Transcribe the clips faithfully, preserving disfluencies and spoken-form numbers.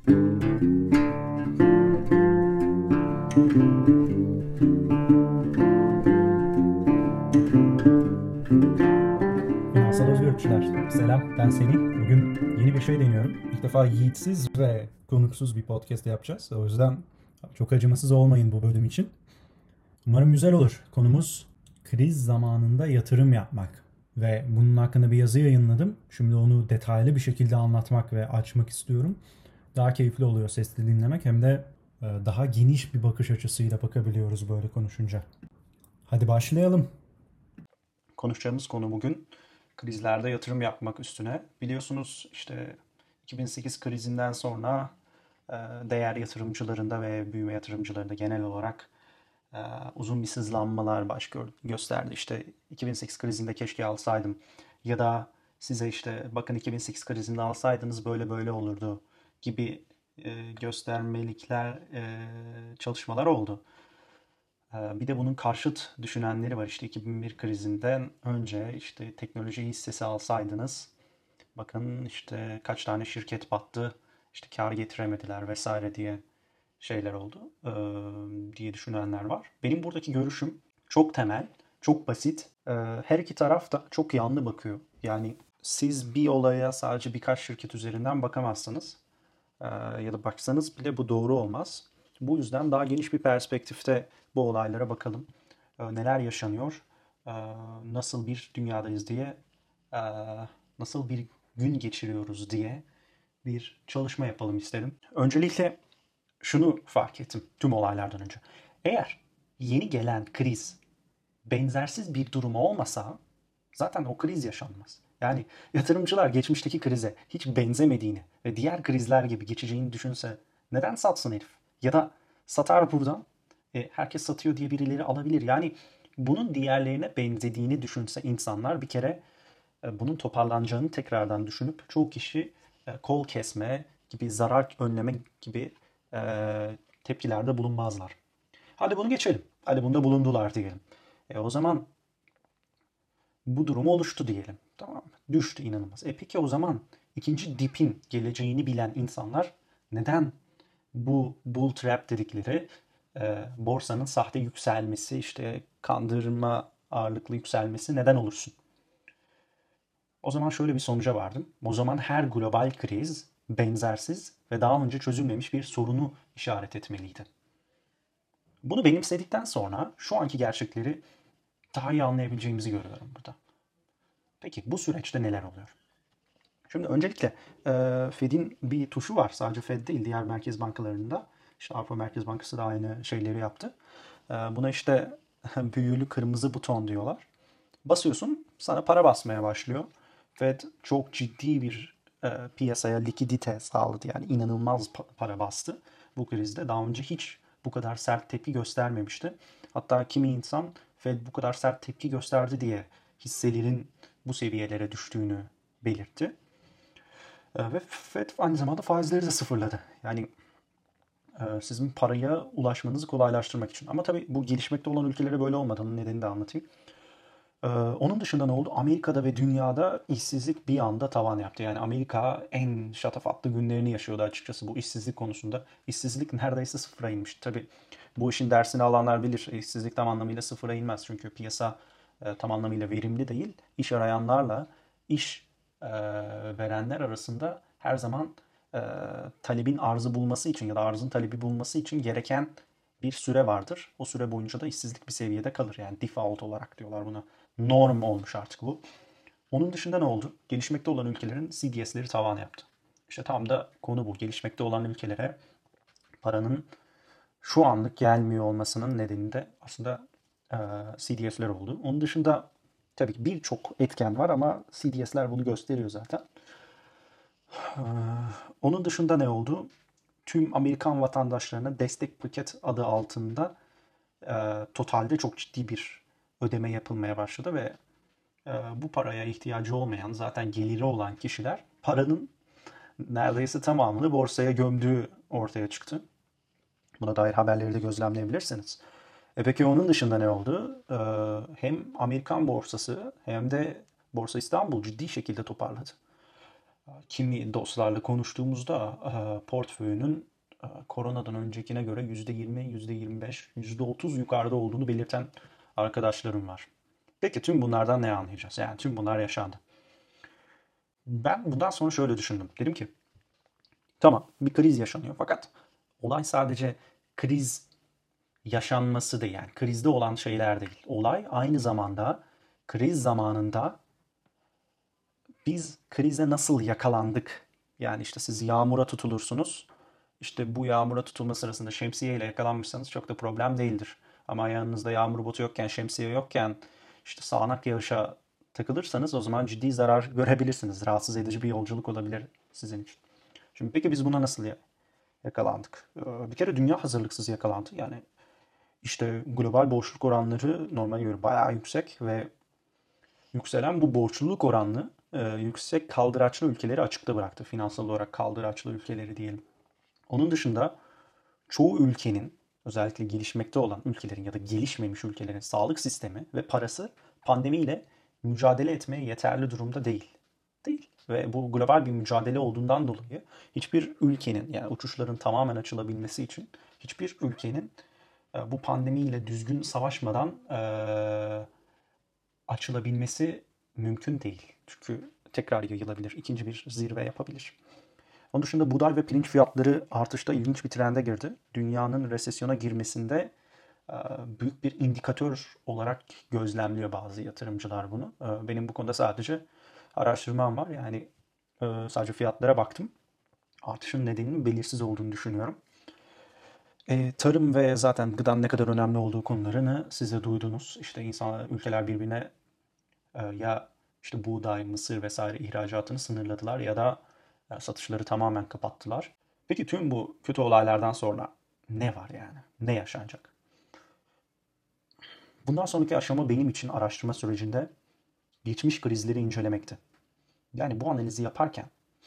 Finansal özgürlükçüler. Selam, ben Semih. Bugün yeni bir şey deniyorum. İlk defa yiğitsiz ve konuksuz bir podcast yapacağız. O yüzden çok acımasız olmayın bu bölüm için. Umarım güzel olur. Konumuz kriz zamanında yatırım yapmak. Ve bunun hakkında bir yazı yayınladım. Şimdi onu detaylı bir şekilde anlatmak ve açmak istiyorum. Daha keyifli oluyor sesli dinlemek, hem de e, daha geniş bir bakış açısıyla bakabiliyoruz böyle konuşunca. Hadi başlayalım. Konuşacağımız konu bugün krizlerde yatırım yapmak üstüne. Biliyorsunuz işte iki bin sekiz krizinden sonra e, değer yatırımcılarında ve büyüme yatırımcılarında genel olarak e, uzun bir sızlanmalar baş gösterdi. İşte iki bin sekiz krizinde keşke alsaydım ya da size işte bakın iki bin sekiz krizinde alsaydınız böyle böyle olurdu gibi e, göstermelikler, e, çalışmalar oldu. Ee, Bir de bunun karşıt düşünenleri var. İşte iki bin bir krizinden önce işte teknoloji hissesi alsaydınız, bakın işte kaç tane şirket battı, işte kar getiremediler vesaire diye şeyler oldu ee, diye düşünenler var. Benim buradaki görüşüm çok temel, çok basit. Ee, her iki taraf da çok yanlı bakıyor. Yani siz bir olaya sadece birkaç şirket üzerinden bakamazsınız. Ee, ya da baksanız bile bu doğru olmaz. Bu yüzden daha geniş bir perspektifte bu olaylara bakalım. Ee, neler yaşanıyor, ee, nasıl bir dünyadayız diye, ee, nasıl bir gün geçiriyoruz diye bir çalışma yapalım istedim. Öncelikle şunu fark ettim tüm olaylardan önce. Eğer yeni gelen kriz benzersiz bir durum olmasa zaten o kriz yaşanmaz. Yani yatırımcılar geçmişteki krize hiç benzemediğini ve diğer krizler gibi geçeceğini düşünse neden satsın herif? Ya da satar buradan, e, herkes satıyor diye birileri alabilir. Yani bunun diğerlerine benzediğini düşünse insanlar bir kere e, bunun toparlanacağını tekrardan düşünüp çoğu kişi e, kol kesme gibi, zarar önleme gibi e, tepkilerde bulunmazlar. Hadi bunu geçelim. Hadi bunda bulundular diyelim. E, o zaman bu durum oluştu diyelim. Tamam mı? Düştü inanılmaz. E peki o zaman ikinci dipin geleceğini bilen insanlar neden bu bull trap dedikleri e, borsanın sahte yükselmesi, işte kandırma ağırlıklı yükselmesi neden olursun? O zaman şöyle bir sonuca vardım. O zaman her global kriz benzersiz ve daha önce çözülmemiş bir sorunu işaret etmeliydi. Bunu benimsedikten sonra şu anki gerçekleri daha iyi anlayabileceğimizi görüyorum burada. Peki bu süreçte neler oluyor? Şimdi öncelikle e, Fed'in bir tuşu var. Sadece Fed değil, diğer merkez bankalarında. İşte Avrupa Merkez Bankası da aynı şeyleri yaptı. E, buna işte büyülü kırmızı buton diyorlar. Basıyorsun, sana para basmaya başlıyor. Fed çok ciddi bir e, piyasaya likidite sağladı. Yani inanılmaz para bastı bu krizde. Daha önce hiç bu kadar sert tepki göstermemişti. Hatta kimi insan Fed bu kadar sert tepki gösterdi diye hisselerin bu seviyelere düştüğünü belirtti. E, ve Fed aynı zamanda faizleri de sıfırladı. Yani e, sizin paraya ulaşmanızı kolaylaştırmak için. Ama tabii bu gelişmekte olan ülkelere böyle olmadığının nedenini de anlatayım. Ee, onun dışında ne oldu? Amerika'da ve dünyada işsizlik bir anda tavan yaptı. Yani Amerika en şatafatlı günlerini yaşıyordu açıkçası bu işsizlik konusunda. İşsizlik neredeyse sıfıra inmişti. Tabii bu işin dersini alanlar bilir. İşsizlik tam anlamıyla sıfıra inmez. Çünkü piyasa e, tam anlamıyla verimli değil. İş arayanlarla iş e, verenler arasında her zaman e, talebin arzı bulması için ya da arzın talebi bulması için gereken bir süre vardır. O süre boyunca da işsizlik bir seviyede kalır. Yani default olarak diyorlar buna. Norm olmuş artık bu. Onun dışında ne oldu? Gelişmekte olan ülkelerin C D S'leri tavan yaptı. İşte tam da konu bu. Gelişmekte olan ülkelere paranın şu anlık gelmiyor olmasının nedeni de aslında e, C D S'ler oldu. Onun dışında tabii ki birçok etken var ama C D S'ler bunu gösteriyor zaten. E, onun dışında ne oldu? Tüm Amerikan vatandaşlarına destek paket adı altında e, totalde çok ciddi bir ödeme yapılmaya başladı ve e, bu paraya ihtiyacı olmayan, zaten geliri olan kişiler paranın neredeyse tamamını borsaya gömdüğü ortaya çıktı. Buna dair haberleri de gözlemleyebilirsiniz. E peki onun dışında ne oldu? E, hem Amerikan borsası hem de Borsa İstanbul ciddi şekilde toparladı. Kimi dostlarla konuştuğumuzda e, portföyünün e, koronadan öncekine göre yüzde yirmi, yüzde yirmi beş, yüzde otuz yukarıda olduğunu belirten arkadaşlarım var. Peki tüm bunlardan ne anlayacağız? Yani tüm bunlar yaşandı. Ben bundan sonra şöyle düşündüm. Dedim ki tamam, bir kriz yaşanıyor fakat olay sadece kriz yaşanması değil, yani krizde olan şeyler değil. Olay aynı zamanda kriz zamanında biz krize nasıl yakalandık? Yani işte siz yağmura tutulursunuz. İşte bu yağmura tutulma sırasında şemsiyeyle yakalanmışsanız çok da problem değildir. Ama yanınızda yağmur botu yokken, şemsiye yokken işte sağanak yağışa takılırsanız o zaman ciddi zarar görebilirsiniz. Rahatsız edici bir yolculuk olabilir sizin için. Şimdi peki biz buna nasıl yakalandık? Ee, Bir kere dünya hazırlıksız yakalandı. Yani işte global borçluluk oranları normale göre bayağı yüksek ve yükselen bu borçluluk oranını e, yüksek kaldıraçlı ülkeleri açıkta bıraktı. Finansal olarak kaldıraçlı ülkeleri diyelim. Onun dışında çoğu ülkenin, özellikle gelişmekte olan ülkelerin ya da gelişmemiş ülkelerin sağlık sistemi ve parası pandemiyle mücadele etmeye yeterli durumda değil. Değil. Ve bu global bir mücadele olduğundan dolayı hiçbir ülkenin, yani uçuşların tamamen açılabilmesi için hiçbir ülkenin e, bu pandemiyle düzgün savaşmadan e, açılabilmesi mümkün değil. Çünkü tekrar yayılabilir, ikinci bir zirve yapabilir. Onun dışında buğday ve pirinç fiyatları artışta ilginç bir trende girdi. Dünyanın resesyona girmesinde e, büyük bir indikatör olarak gözlemliyor bazı yatırımcılar bunu. E, Benim bu konuda sadece araştırmam var. Yani e, sadece fiyatlara baktım. Artışın nedeninin belirsiz olduğunu düşünüyorum. E, tarım ve zaten gıdanın ne kadar önemli olduğu konularını siz de duydunuz. İşte insan, ülkeler birbirine e, ya işte buğday, mısır vesaire ihracatını sınırladılar ya da e, satışları tamamen kapattılar. Peki tüm bu kötü olaylardan sonra ne var yani? Ne yaşanacak? Bundan sonraki aşama benim için araştırma sürecinde geçmiş krizleri incelemekti. Yani bu analizi yaparken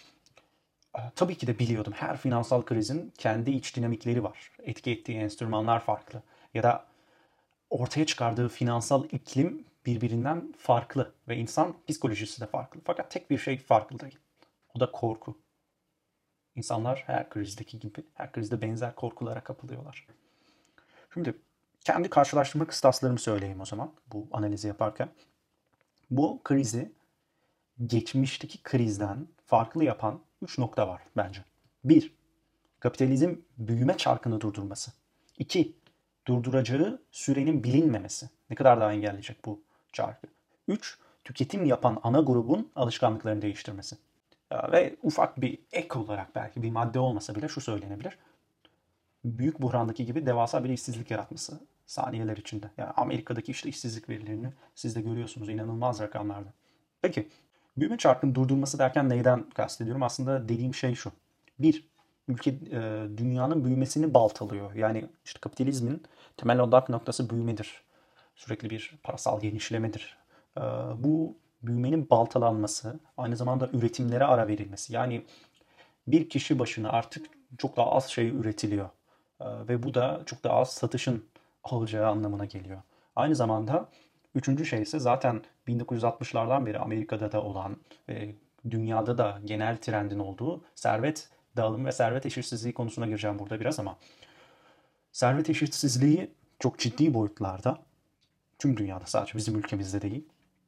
e, tabii ki de biliyordum her finansal krizin kendi iç dinamikleri var. Etki ettiği enstrümanlar farklı. Ya da ortaya çıkardığı finansal iklim birbirinden farklı ve insan psikolojisi de farklı. Fakat tek bir şey farklı değil. O da korku. İnsanlar her krizdeki gibi, her krizde benzer korkulara kapılıyorlar. Şimdi kendi karşılaştırma kıstaslarımı söyleyeyim o zaman bu analizi yaparken. Bu krizi geçmişteki krizden farklı yapan üç nokta var bence. Bir, kapitalizm büyüme çarkını durdurması. İki, durduracağı sürenin bilinmemesi. Ne kadar daha engelleyecek bu çarkı. Üç, tüketim yapan ana grubun alışkanlıklarını değiştirmesi. Ya ve ufak bir ek olarak belki bir madde olmasa bile şu söylenebilir. Büyük buhrandaki gibi devasa bir işsizlik yaratması saniyeler içinde. Yani Amerika'daki işte işsizlik verilerini siz de görüyorsunuz, inanılmaz rakamlarda. Peki büyüme çarkını durdurması derken neyden kastediyorum? Aslında dediğim şey şu. Bir, ülke e, dünyanın büyümesini baltalıyor. Yani işte kapitalizmin temel odak noktası büyümedir. Sürekli bir parasal genişlemedir. E, bu büyümenin baltalanması, aynı zamanda üretimlere ara verilmesi. Yani bir kişi başına artık çok daha az şey üretiliyor. Ee, Ve bu da çok daha az satışın olacağı anlamına geliyor. Aynı zamanda üçüncü şey ise zaten bin dokuz yüz altmışlardan beri Amerika'da da olan ve dünyada da genel trendin olduğu servet dağılımı ve servet eşitsizliği konusuna gireceğim burada biraz ama servet eşitsizliği çok ciddi boyutlarda tüm dünyada, sadece bizim ülkemizde değil.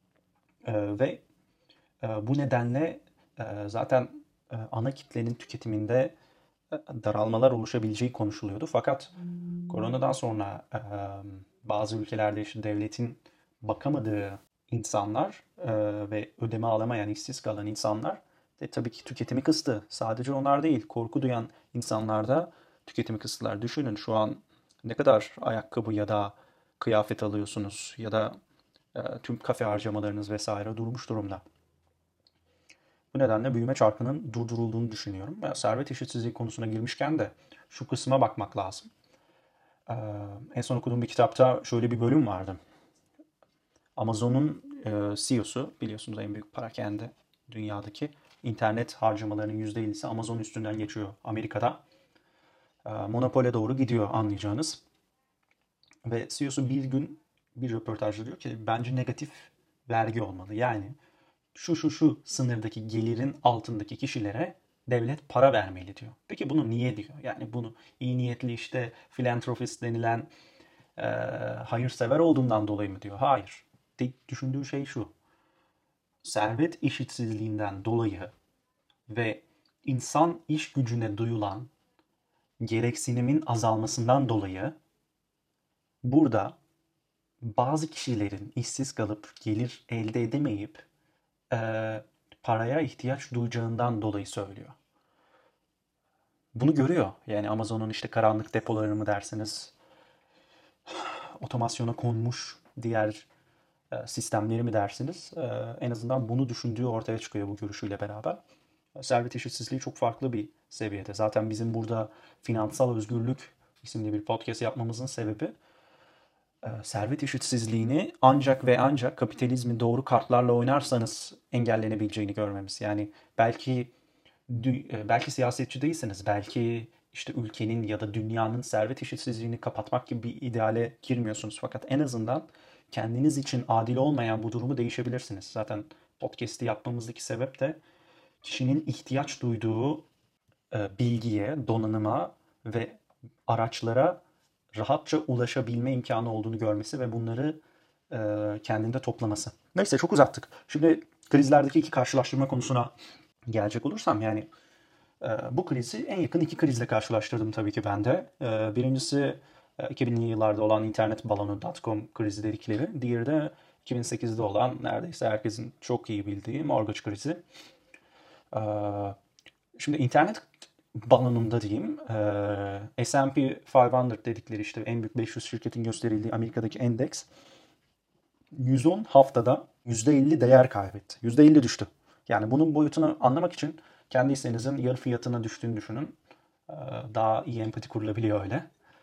Ee, ve e, bu nedenle e, zaten e, ana kitlenin tüketiminde e, daralmalar oluşabileceği konuşuluyordu. Fakat koronadan sonra e, bazı ülkelerde işte devletin bakamadığı insanlar e, ve ödeme alamayan, işsiz kalan insanlar de tabii ki tüketimi kıstı. Sadece onlar değil, korku duyan insanlar da tüketimi kıstılar. Düşünün şu an ne kadar ayakkabı ya da kıyafet alıyorsunuz ya da e, tüm kafe harcamalarınız vesaire durmuş durumda. Bu nedenle büyüme çarkının durdurulduğunu düşünüyorum. Ya, servet eşitsizliği konusuna girmişken de şu kısma bakmak lazım. Ee, En son okuduğum bir kitapta şöyle bir bölüm vardı. Amazon'un e, C E O'su, biliyorsunuz en büyük perakende dünyadaki, internet harcamalarının yüzde ellisi Amazon üstünden geçiyor Amerika'da. Ee, monopole doğru gidiyor anlayacağınız. Ve C E O'su bir gün bir röportajda diyor ki bence negatif vergi olmalı. Yani şu şu şu sınırdaki gelirin altındaki kişilere devlet para vermeli diyor. Peki bunu niye diyor? Yani bunu iyi niyetli işte filantropist denilen e, hayırsever olduğundan dolayı mı diyor? Hayır. Tek düşündüğü şey şu. Servet eşitsizliğinden dolayı ve insan iş gücüne duyulan gereksinimin azalmasından dolayı burada bazı kişilerin işsiz kalıp gelir elde edemeyip e, paraya ihtiyaç duyacağından dolayı söylüyor. Bunu görüyor. Yani Amazon'un işte karanlık depolarını mı dersiniz, otomasyona konmuş diğer e, sistemleri mi dersiniz? E, en azından bunu düşündüğü ortaya çıkıyor bu görüşüyle beraber. Servet eşitsizliği çok farklı bir seviyede. Zaten bizim burada Finansal Özgürlük isimli bir podcast yapmamızın sebebi e, servet eşitsizliğini ancak ve ancak kapitalizmi doğru kartlarla oynarsanız engellenebileceğini görmemiz. Yani belki dü- e, belki siyasetçi değilsiniz, belki işte ülkenin ya da dünyanın servet eşitsizliğini kapatmak gibi bir ideale girmiyorsunuz. Fakat en azından kendiniz için adil olmayan bu durumu değişebilirsiniz. Zaten podcast'i yapmamızdaki sebep de kişinin ihtiyaç duyduğu e, bilgiye, donanıma ve araçlara rahatça ulaşabilme imkanı olduğunu görmesi ve bunları e, kendinde toplaması. Neyse çok uzattık. Şimdi krizlerdeki iki karşılaştırma konusuna gelecek olursam yani e, bu krizi en yakın iki krizle karşılaştırdım tabii ki ben de. E, birincisi e, iki binli yıllarda olan internet balonu dot-com krizi dedikleri. Diğeri de iki bin sekizde olan neredeyse herkesin çok iyi bildiği mortgage krizi. E, Şimdi internet balonunda diyeyim e, S and P beş yüz dedikleri işte en büyük beş yüz şirketin gösterildiği Amerika'daki endeks yüz on haftada yüzde elli değer kaybetti. yüzde elli düştü. Yani bunun boyutunu anlamak için kendi hissenizin yarı fiyatına düştüğünü düşünün. E, Daha iyi empati kurulabiliyor öyle.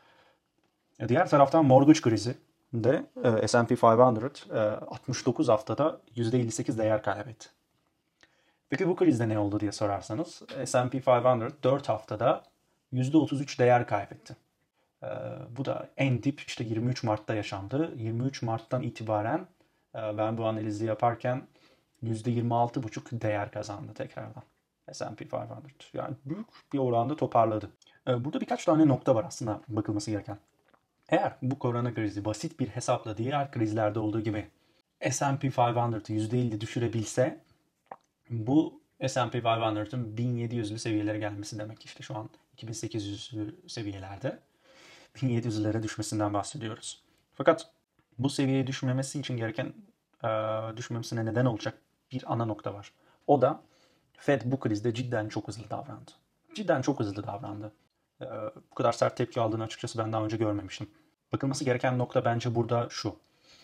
Diğer taraftan mortgage krizi de e, S and P beş yüz e, altmış dokuz haftada yüzde elli sekiz değer kaybetti. Peki bu krizde ne oldu diye sorarsanız S and P beş yüz dört haftada yüzde otuz üç değer kaybetti. Ee, bu da en dip işte yirmi üç Mart'ta yaşandı. yirmi üç Mart'tan itibaren e, ben bu analizi yaparken yüzde yirmi altı buçuk değer kazandı tekrardan S and P beş yüz. Yani büyük bir oranda toparladı. Ee, burada birkaç tane nokta var aslında bakılması gereken. Eğer bu korona krizi basit bir hesapla diğer krizlerde olduğu gibi S and P beş yüzü yüzde elli düşürebilse bu S and P beş yüzün bin yedi yüzlü seviyelere gelmesi demek işte şu an iki bin sekiz yüzlü seviyelerde bin yedi yüzlere düşmesinden bahsediyoruz. Fakat bu seviyeye düşmemesi için gereken e, düşmemesine neden olacak bir ana nokta var. O da Fed bu krizde cidden çok hızlı davrandı. Cidden çok hızlı davrandı. E, bu kadar sert tepki aldığını açıkçası ben daha önce görmemiştim. Bakılması gereken nokta bence burada şu.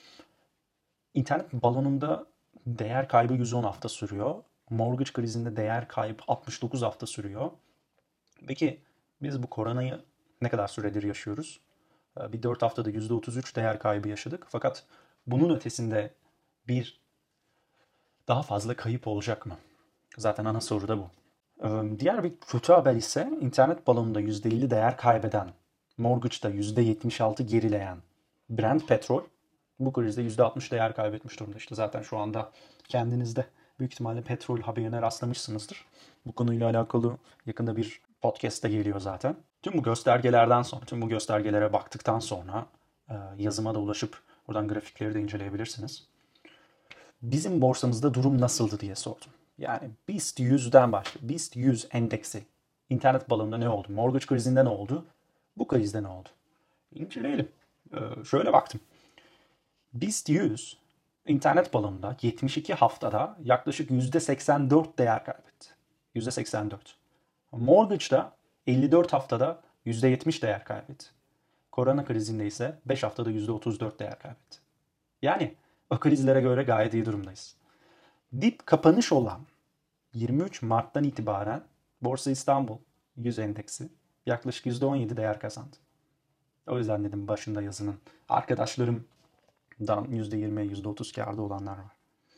İnternet balonunda değer kaybı yüz on hafta sürüyor. Mortgage krizinde değer kaybı altmış dokuz hafta sürüyor. Peki biz bu koronayı ne kadar süredir yaşıyoruz? Bir dört haftada yüzde otuz üç değer kaybı yaşadık. Fakat bunun ötesinde bir daha fazla kayıp olacak mı? Zaten ana soru da bu. Diğer bir kötü haber ise internet balonunda yüzde elli değer kaybeden, mortgage'da yüzde yetmiş altı gerileyen Brent petrol bu krizde yüzde altmış değer kaybetmiş durumda. İşte zaten şu anda kendinizde büyük ihtimalle petrol haberine rastlamışsınızdır. Bu konuyla alakalı yakında bir podcast da geliyor zaten. Tüm bu göstergelerden sonra, tüm bu göstergelere baktıktan sonra yazıma da ulaşıp buradan grafikleri de inceleyebilirsiniz. Bizim borsamızda durum nasıldı diye sordum. Yani BIST yüzden başlıyor. BIST yüz endeksi. İnternet balonunda ne oldu? Mortgage krizinde ne oldu? Bu krizde ne oldu? İnceleyelim. Ee, şöyle baktım. BIST yüz internet balonunda yetmiş iki haftada yaklaşık yüzde seksen dört değer kaybetti. yüzde seksen dört. Mortgage'da elli dört haftada yüzde yetmiş değer kaybetti. Korona krizinde ise beş haftada yüzde otuz dört değer kaybetti. Yani o krizlere göre gayet iyi durumdayız. Dip kapanış olan yirmi üç Mart'tan itibaren Borsa İstanbul yüz endeksi yaklaşık yüzde on yedi değer kazandı. O yüzden dedim başında yazının arkadaşlarımdan yüzde yirmi, yüzde otuz kârda olanlar var.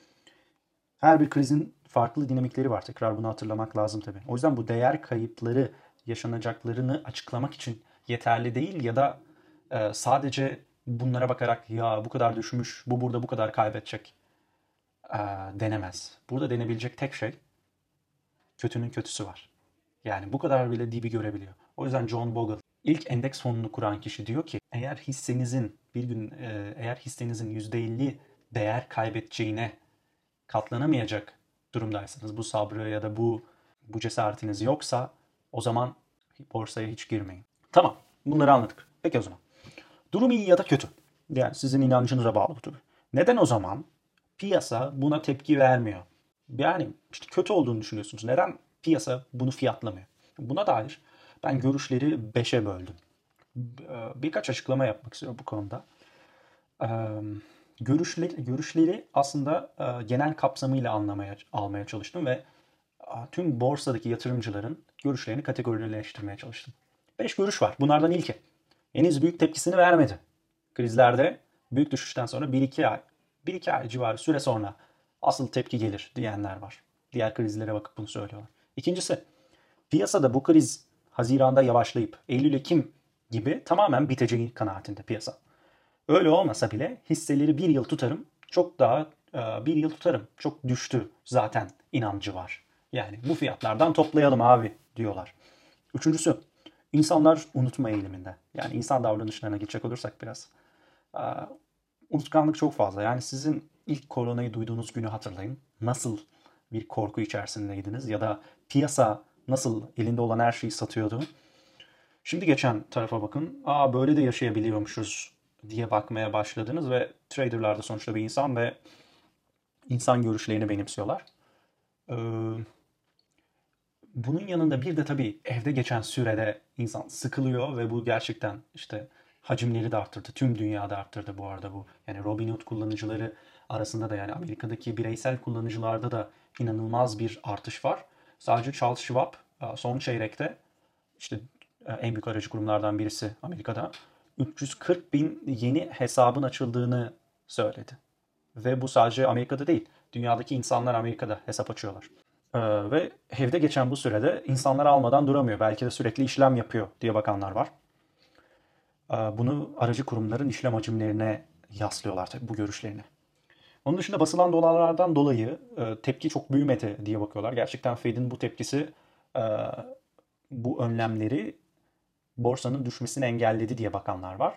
Her bir krizin farklı dinamikleri var. Tekrar bunu hatırlamak lazım tabii. O yüzden bu değer kayıpları yaşanacaklarını açıklamak için yeterli değil ya da e, sadece bunlara bakarak ya bu kadar düşmüş, bu burada bu kadar kaybedecek e, denemez. Burada denebilecek tek şey kötünün kötüsü var. Yani bu kadar bile dibi görebiliyor. O yüzden John Bogle ilk endeks fonunu kuran kişi diyor ki eğer hissenizin bir gün e, eğer hissenizin yüzde elli değer kaybedeceğine katlanamayacak durumdaysanız, bu sabrı ya da bu bu cesaretiniz yoksa o zaman borsaya hiç girmeyin. Tamam, bunları anladık. Peki o zaman. Durum iyi ya da kötü. Yani sizin inancınıza bağlı bu tabii. Neden o zaman piyasa buna tepki vermiyor? Yani işte kötü olduğunu düşünüyorsunuz. Neden piyasa bunu fiyatlamıyor? Buna dair ben görüşleri beşe böldüm. Birkaç açıklama yapmak istiyorum bu konuda. Görüşleri, görüşleri aslında genel kapsamıyla anlamaya almaya çalıştım ve tüm borsadaki yatırımcıların görüşlerini kategorileştirmeye çalıştım. Beş görüş var. Bunlardan ilki. Henüz büyük tepkisini vermedi. Krizlerde büyük düşüşten sonra bir iki ay, bir iki ay civarı süre sonra asıl tepki gelir diyenler var. Diğer krizlere bakıp bunu söylüyorlar. İkincisi, piyasada bu kriz Haziran'da yavaşlayıp Eylül-Ekim gibi tamamen biteceği kanaatinde piyasa. Öyle olmasa bile hisseleri bir yıl tutarım, çok daha bir yıl tutarım, çok düştü zaten inancı var. Yani bu fiyatlardan toplayalım abi diyorlar. Üçüncüsü, insanlar unutma eğiliminde. Yani insan davranışlarına geçecek olursak biraz. Unutkanlık çok fazla. Yani sizin ilk koronayı duyduğunuz günü hatırlayın. Nasıl bir korku içerisindeydiniz ya da piyasa nasıl elinde olan her şeyi satıyordu. Şimdi geçen tarafa bakın. Aa böyle de yaşayabiliyormuşuz diye bakmaya başladınız ve traderlar da sonuçta bir insan ve insan görüşlerini benimsiyorlar. Ee, bunun yanında bir de tabii evde geçen sürede insan sıkılıyor ve bu gerçekten işte hacimleri de arttırdı. Tüm dünyada arttırdı bu arada bu. Yani Robinhood kullanıcıları arasında da, yani Amerika'daki bireysel kullanıcılarda da inanılmaz bir artış var. Sadece Charles Schwab son çeyrekte, işte en büyük aracı kurumlardan birisi Amerika'da, üç yüz kırk bin yeni hesabın açıldığını söyledi. Ve bu sadece Amerika'da değil. Dünyadaki insanlar Amerika'da hesap açıyorlar. Ee, ve evde geçen bu sürede insanlar almadan duramıyor. Belki de sürekli işlem yapıyor diye bakanlar var. Ee, bunu aracı kurumların işlem hacimlerine yaslıyorlar tabii bu görüşlerini. Onun dışında basılan dolarlardan dolayı e, tepki çok büyümedi diye bakıyorlar. Gerçekten Fed'in bu tepkisi, e, bu önlemleri borsanın düşmesini engelledi diye bakanlar var.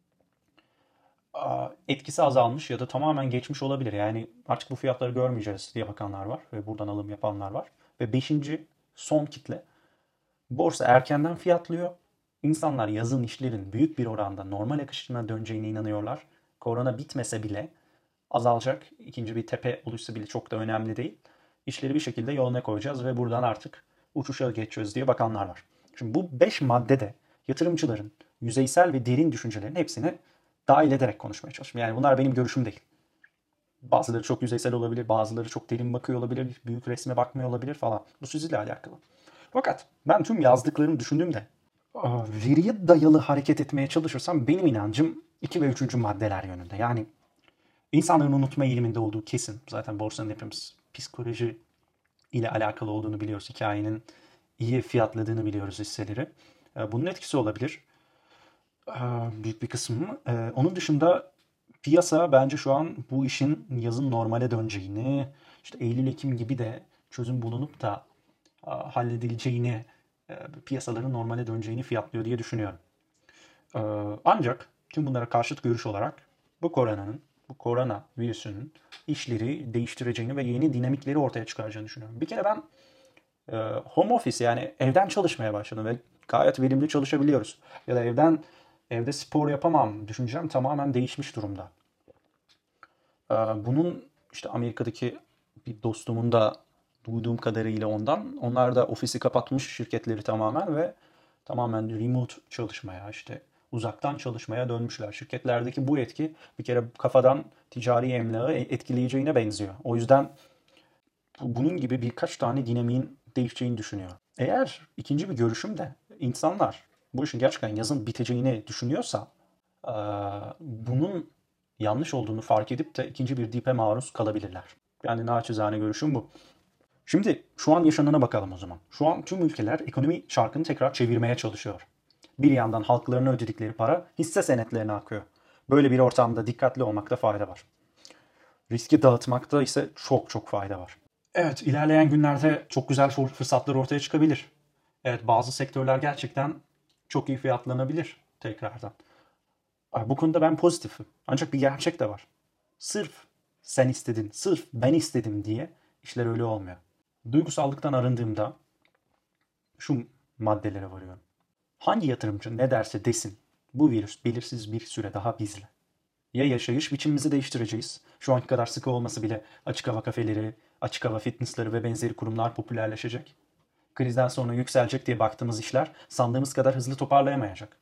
Etkisi azalmış ya da tamamen geçmiş olabilir. Yani artık bu fiyatları görmeyeceğiz diye bakanlar var ve buradan alım yapanlar var. Ve beşinci son kitle, borsa erkenden fiyatlıyor. İnsanlar yazın işlerin büyük bir oranda normal akışına döneceğine inanıyorlar. Korona bitmese bile azalacak. İkinci bir tepe oluşsa bile çok da önemli değil. İşleri bir şekilde yoluna koyacağız ve buradan artık uçuşa geçiyoruz diye bakanlar var. Şimdi bu beş maddede yatırımcıların yüzeysel ve derin düşüncelerin hepsini dahil ederek konuşmaya çalışıyorum. Yani bunlar benim görüşüm değil. Bazıları çok yüzeysel olabilir, bazıları çok derin bakıyor olabilir, büyük resme bakmıyor olabilir falan. Bu sizinle alakalı. Fakat ben tüm yazdıklarımı düşündüğümde veriye dayalı hareket etmeye çalışırsam benim inancım iki ve üçüncü maddeler yönünde. Yani insanların unutma eğiliminde olduğu kesin. Zaten borsanın hepimiz psikoloji ile alakalı olduğunu biliyoruz. Hikayenin iyi fiyatladığını biliyoruz hisseleri. Bunun etkisi olabilir. Büyük bir kısmı. Onun dışında piyasa bence şu an bu işin yazın normale döneceğini, işte Eylül-Ekim gibi de çözüm bulunup da halledileceğini, piyasaların normale döneceğini fiyatlıyor diye düşünüyorum. Ancak tüm bunlara karşıt görüş olarak bu koronanın, bu korona virüsünün işleri değiştireceğini ve yeni dinamikleri ortaya çıkaracağını düşünüyorum. Bir kere ben home office, yani evden çalışmaya başladım ve gayet verimli çalışabiliyoruz. Ya da evden evde spor yapamam düşüncem tamamen değişmiş durumda. Bunun işte Amerika'daki bir dostumun da duyduğum kadarıyla ondan, onlar da ofisi kapatmış şirketleri tamamen ve tamamen remote çalışmaya, işte uzaktan çalışmaya dönmüşler. Şirketlerdeki bu etki bir kere kafadan ticari emlağı etkileyeceğine benziyor. O yüzden bunun gibi birkaç tane dinamiğin değişeceğini düşünüyorum. Eğer ikinci bir görüşüm de insanlar bu işin gerçekten yazın biteceğini düşünüyorsa bunun yanlış olduğunu fark edip de ikinci bir dip'e maruz kalabilirler. Yani naçizane görüşüm bu. Şimdi şu an yaşanana bakalım o zaman. Şu an tüm ülkeler ekonomi çarkını tekrar çevirmeye çalışıyor. Bir yandan halklarına ödedikleri para hisse senetlerine akıyor. Böyle bir ortamda dikkatli olmakta fayda var. Riski dağıtmakta ise çok çok fayda var. Evet, ilerleyen günlerde çok güzel fırsatlar ortaya çıkabilir. Evet, bazı sektörler gerçekten çok iyi fiyatlanabilir tekrardan. Bu konuda ben pozitifim. Ancak bir gerçek de var. Sırf sen istedin, sırf ben istedim diye işler öyle olmuyor. Duygusallıktan arındığımda şu maddelere varıyorum. Hangi yatırımcı ne derse desin bu virüs belirsiz bir süre daha bizle. Ya yaşayış biçimimizi değiştireceğiz. Şu anki kadar sıkı olması bile açık hava kafeleri, açık hava fitnessları ve benzeri kurumlar popülerleşecek. Krizden sonra yükselecek diye baktığımız işler sandığımız kadar hızlı toparlayamayacak.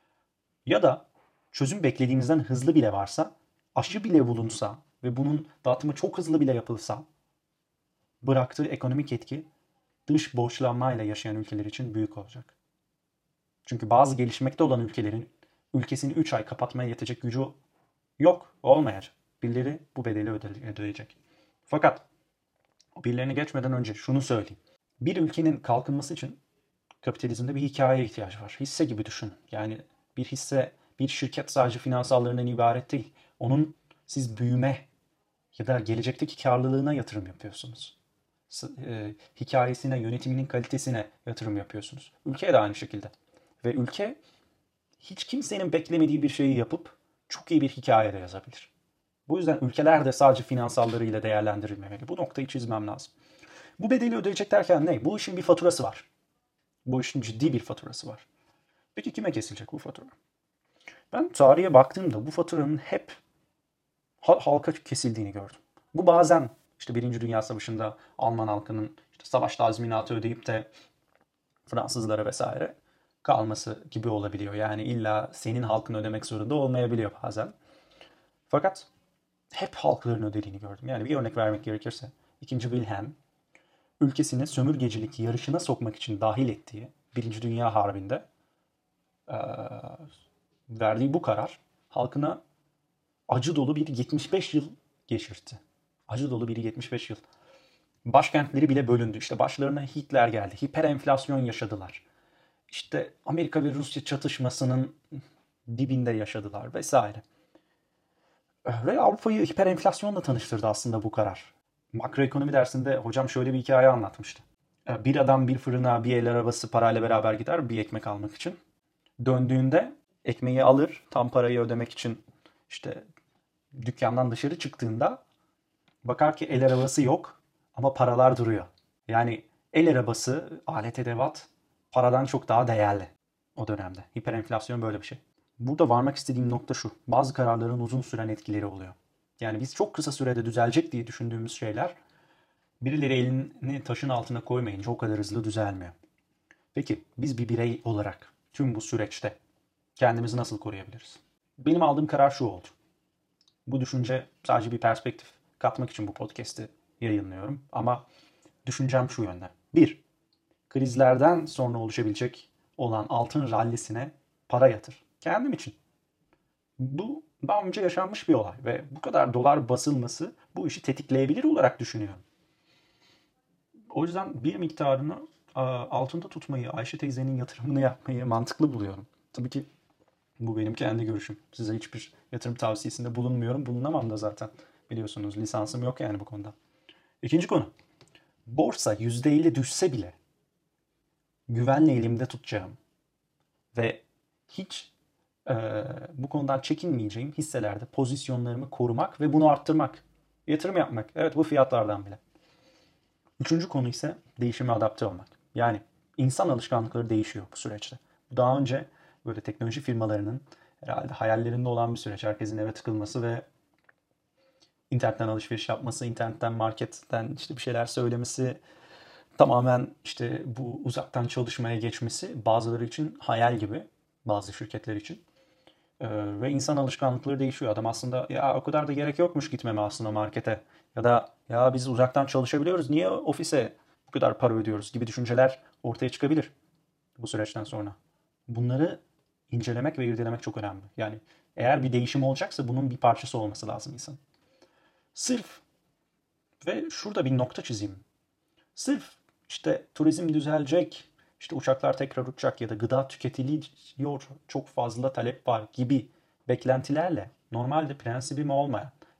Ya da çözüm beklediğimizden hızlı bile varsa, aşı bile bulunsa ve bunun dağıtımı çok hızlı bile yapılsa, bıraktığı ekonomik etki dış borçlanmayla yaşayan ülkeler için büyük olacak. Çünkü bazı gelişmekte olan ülkelerin ülkesini üç ay kapatmaya yetecek gücü yok, olmayacak. Birileri bu bedeli ödeyecek. Fakat birilerine geçmeden önce şunu söyleyeyim. Bir ülkenin kalkınması için kapitalizmde bir hikayeye ihtiyaç var. Hisse gibi düşün. Yani bir hisse, bir şirket sadece finansallarından ibaret değil. Onun siz büyüme ya da gelecekteki karlılığına yatırım yapıyorsunuz. E, hikayesine, yönetiminin kalitesine yatırım yapıyorsunuz. Ülke de aynı şekilde. Ve ülke hiç kimsenin beklemediği bir şeyi yapıp çok iyi bir hikaye de yazabilir. Bu yüzden ülkeler de sadece finansallarıyla değerlendirilmemeli. Bu noktayı çizmem lazım. Bu bedeli ödeyecek derken ne? Bu işin bir faturası var. Bu işin ciddi bir faturası var. Peki kime kesilecek bu fatura? Ben tarihe baktığımda bu faturanın hep halka kesildiğini gördüm. Bu bazen işte Birinci Dünya Savaşı'nda Alman halkının işte savaş tazminatı ödeyip de Fransızlara vesaire kalması gibi olabiliyor. Yani illa senin halkın ödemek zorunda olmayabiliyor bazen. Fakat hep halkların ödediğini gördüm. Yani bir örnek vermek gerekirse ikinci. Wilhelm ülkesini sömürgecilik yarışına sokmak için dahil ettiği Birinci Dünya Harbi'nde e, verdiği bu karar halkına acı dolu bir yetmiş beş yıl geçirtti. Acı dolu bir yetmiş beş yıl. Başkentleri bile bölündü. İşte başlarına Hitler geldi. Hiper enflasyon yaşadılar. İşte Amerika ve Rusya çatışmasının dibinde yaşadılar vesaire. Ve Avrupa'yı hiper enflasyonla tanıştırdı aslında bu karar. Makroekonomi dersinde hocam şöyle bir hikaye anlatmıştı. Bir adam bir fırına bir el arabası parayla beraber gider bir ekmek almak için. Döndüğünde ekmeği alır tam parayı ödemek için işte dükkandan dışarı çıktığında bakar ki el arabası yok ama paralar duruyor. Yani el arabası, alet edevat paradan çok daha değerli o dönemde. Hiperenflasyon böyle bir şey. Burada varmak istediğim nokta şu. Bazı kararların uzun süren etkileri oluyor. Yani biz çok kısa sürede düzelecek diye düşündüğümüz şeyler birileri elini taşın altına koymayınca o kadar hızlı düzelmiyor. Peki biz bir birey olarak tüm bu süreçte kendimizi nasıl koruyabiliriz? Benim aldığım karar şu oldu. Bu düşünce sadece bir perspektif katmak için bu podcast'i yayınlıyorum. Ama düşüncem şu yönde. Bir, krizlerden sonra oluşabilecek olan altın rallisine para yatır. Kendim için. Bu daha önce yaşanmış bir olay ve bu kadar dolar basılması bu işi tetikleyebilir olarak düşünüyorum. O yüzden bir miktarını altında tutmayı, Ayşe teyzenin yatırımını yapmayı mantıklı buluyorum. Tabii ki bu benim kendi görüşüm. Size hiçbir yatırım tavsiyesinde bulunmuyorum. Bulunamam da zaten. Biliyorsunuz lisansım yok yani bu konuda. İkinci konu. Borsa yüzde elli düşse bile güvenle elimde tutacağım ve hiç e, bu konudan çekinmeyeceğim hisselerde pozisyonlarımı korumak ve bunu arttırmak. Yatırım yapmak. Evet bu fiyatlardan bile. Üçüncü konu ise değişime adapte olmak. Yani insan alışkanlıkları değişiyor bu süreçte. Daha önce böyle teknoloji firmalarının herhalde hayallerinde olan bir süreç. Herkesin eve tıkılması ve internetten alışveriş yapması, internetten, marketten işte bir şeyler söylemesi, tamamen işte bu uzaktan çalışmaya geçmesi bazıları için hayal gibi, bazı şirketler için. Ee, ve insan alışkanlıkları değişiyor. Adam aslında ya o kadar da gerek yokmuş gitmeme aslında markete. Ya da ya biz uzaktan çalışabiliyoruz. Niye ofise bu kadar para ödüyoruz gibi düşünceler ortaya çıkabilir bu süreçten sonra. Bunları incelemek ve irdelemek çok önemli. Yani eğer bir değişim olacaksa bunun bir parçası olması lazım insan. Sırf ve şurada bir nokta çizeyim. Sırf işte turizm düzelecek, işte uçaklar tekrar uçacak ya da gıda tüketiliyor, çok fazla talep var gibi beklentilerle normalde prensibim olmayan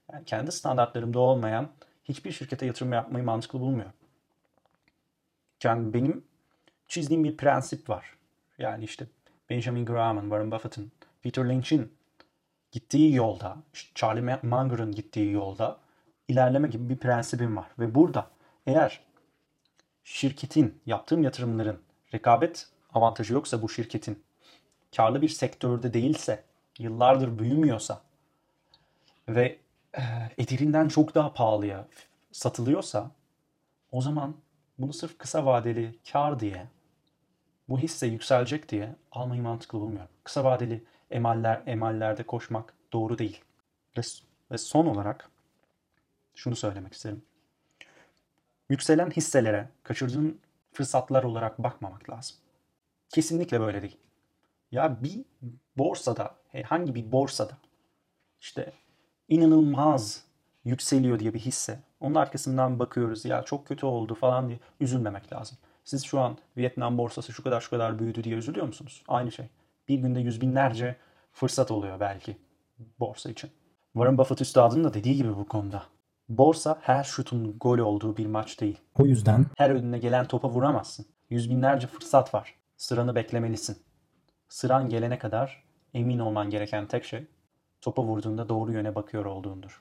Yani kendi standartlarımda olmayan hiçbir şirkete yatırım yapmayı mantıklı bulmuyorum. Yani benim çizdiğim bir prensip var. Yani işte Benjamin Graham'ın, Warren Buffett'ın, Peter Lynch'in gittiği yolda, işte Charlie Munger'ın gittiği yolda ilerleme gibi bir prensibim var. Ve burada eğer şirketin, yaptığım yatırımların rekabet avantajı yoksa, bu şirketin karlı bir sektörde değilse, yıllardır büyümüyorsa ve ederinden çok daha pahalıya satılıyorsa, o zaman bunu sırf kısa vadeli kar diye, bu hisse yükselecek diye almayı mantıklı bulmuyorum. Kısa vadeli emaller, emallerde koşmak doğru değil. Ve, ve son olarak şunu söylemek isterim. Yükselen hisselere kaçırdığın fırsatlar olarak bakmamak lazım. Kesinlikle böyle değil. Ya bir borsada, herhangi bir borsada işte inanılmaz yükseliyor diye bir hisse. Onun arkasından bakıyoruz, ya çok kötü oldu falan diye üzülmemek lazım. Siz şu an Vietnam borsası şu kadar şu kadar büyüdü diye üzülüyor musunuz? Aynı şey. Bir günde yüz binlerce fırsat oluyor belki borsa için. Warren Buffett üstadının da dediği gibi bu konuda. Borsa her şutun gol olduğu bir maç değil. O yüzden her önüne gelen topa vuramazsın. Yüz binlerce fırsat var. Sıranı beklemelisin. Sıran gelene kadar emin olman gereken tek şey, topa vurduğunda doğru yöne bakıyor olduğundur.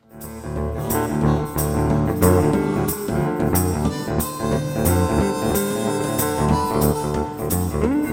Müzik